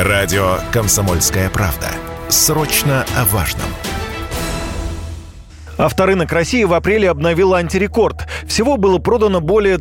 Радио «Комсомольская правда». Срочно о важном. Авторынок России в апреле обновил антирекорд. Всего было продано более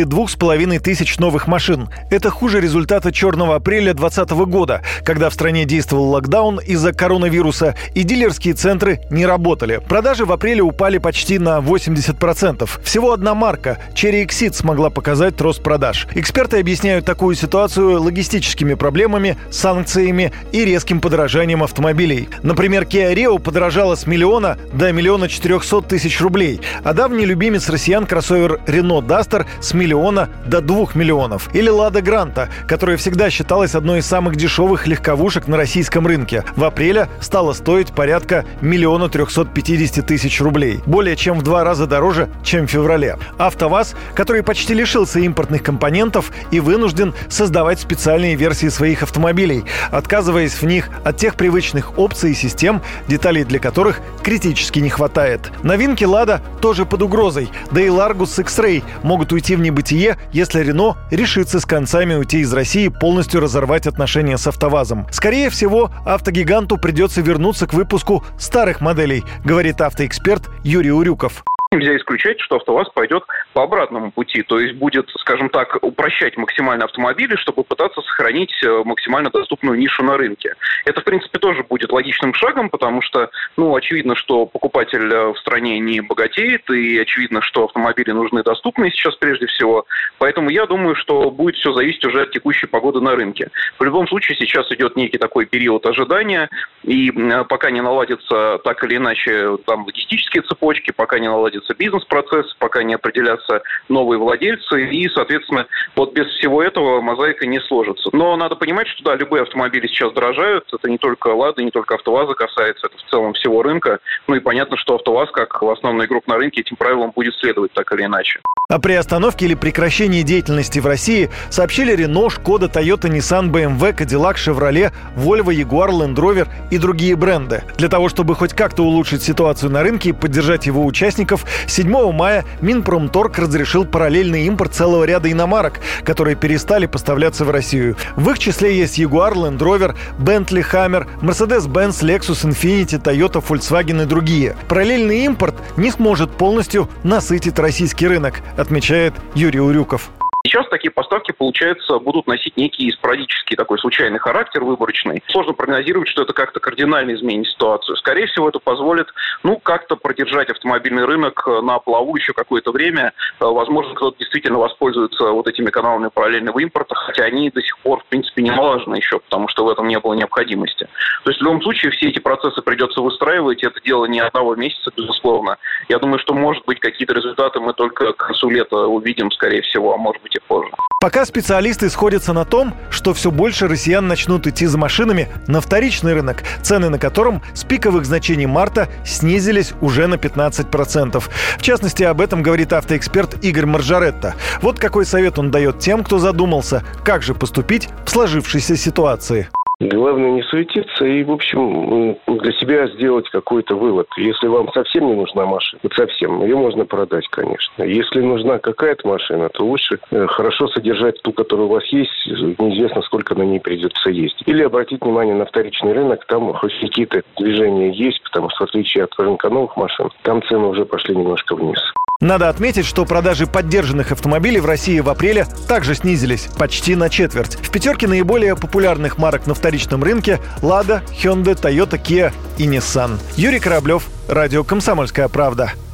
32,5 тысяч новых машин. Это хуже результата черного апреля 2020 года, когда в стране действовал локдаун из-за коронавируса, и дилерские центры не работали. Продажи в апреле упали почти на 80%. Всего одна марка – Chery Exit смогла показать рост продаж. Эксперты объясняют такую ситуацию логистическими проблемами, санкциями и резким подорожанием автомобилей. Например, Kia Rio подорожала с миллиона до 1 400 000 рублей, а давний любимец россиян кроссовер Renault Duster с миллиона до 2 миллионов. Или Lada Granta, которая всегда считалась одной из самых дешевых легковушек на российском рынке. В апреле стала стоить порядка 1 350 000 рублей. Более чем в 2 раза дороже, чем в феврале. АвтоВАЗ, который почти лишился импортных компонентов и вынужден создавать специальные версии своих автомобилей, отказываясь в них от тех привычных опций и систем, деталей для которых критически не хватает. Новинки Lada тоже под угрозой. Да и Largus X-Ray могут уйти в небытие, если Renault решится с концами уйти из России и полностью разорвать отношения с АвтоВАЗом. Скорее всего, автогиганту придется вернуться к выпуску старых моделей, говорит автоэксперт Юрий Урюков. Нельзя исключать, что АвтоВАЗ пойдет по обратному пути, то есть будет, скажем так, упрощать максимально автомобили, чтобы пытаться сохранить максимально доступную нишу на рынке. Это, в принципе, тоже будет логичным шагом, потому что, очевидно, что покупатель в стране не богатеет, и очевидно, что автомобили нужны доступные сейчас прежде всего. Поэтому я думаю, что будет все зависеть уже от текущей погоды на рынке. В любом случае, сейчас идет некий такой период ожидания, и пока не наладятся так или иначе там логистические цепочки, пока не наладятся бизнес-процесс, пока не определятся новые владельцы, и, соответственно, вот без всего этого мозаика не сложится. Но надо понимать, что да, любые автомобили сейчас дорожают, это не только Лады, не только АвтоВАЗа касается, это в целом всего рынка, и понятно, что АвтоВАЗ, как основной игрок на рынке, этим правилам будет следовать так или иначе. О приостановке или прекращении деятельности в России сообщили Renault, Шкода, Toyota, Nissan, BMW, Cadillac, Chevrolet, Volvo, Jaguar, Land Rover и другие бренды. Для того, чтобы хоть как-то улучшить ситуацию на рынке и поддержать его участников, 7 мая Минпромторг разрешил параллельный импорт целого ряда иномарок, которые перестали поставляться в Россию. В их числе есть Jaguar, Land Rover, Bentley, Hammer, Mercedes-Benz, Lexus, Infiniti, Toyota, Volkswagen и другие. Параллельный импорт не сможет полностью насытить российский рынок, отмечает Юрий Урюков. Сейчас такие поставки, получается, будут носить некий спорадический такой случайный характер, выборочный. Сложно прогнозировать, что это как-то кардинально изменит ситуацию. Скорее всего, это позволит, как-то продержать автомобильный рынок на плаву еще какое-то время. Возможно, кто-то действительно воспользуется вот этими каналами параллельного импорта, хотя они до сих пор, в принципе, не налажены еще, потому что в этом не было необходимости. То есть, в любом случае, все эти процессы придется выстраивать. Это дело не одного месяца, безусловно. Я думаю, что, может быть, какие-то результаты мы только к концу лета увидим, скорее всего, а может быть и позже. Пока специалисты сходятся на том, что все больше россиян начнут идти за машинами на вторичный рынок, цены на котором с пиковых значений марта снизились уже на 15%. В частности, об этом говорит автоэксперт Игорь Маржаретта. Вот какой совет он дает тем, кто задумался, как же поступить в сложившейся ситуации. Главное не суетиться и, в общем, для себя сделать какой-то вывод. Если вам совсем не нужна машина, вот совсем, ее можно продать, конечно. Если нужна какая-то машина, то лучше хорошо содержать ту, которая у вас есть, неизвестно, сколько на ней придется ездить. Или обратить внимание на вторичный рынок, там хоть какие-то движения есть, потому что в отличие от рынка новых машин, там цены уже пошли немножко вниз. Надо отметить, что продажи поддержанных автомобилей в России в апреле также снизились почти на четверть. В пятерке наиболее популярных марок на вторичном рынке – Lada, Hyundai, Toyota, Kia и Nissan. Юрий Кораблев, радио «Комсомольская правда».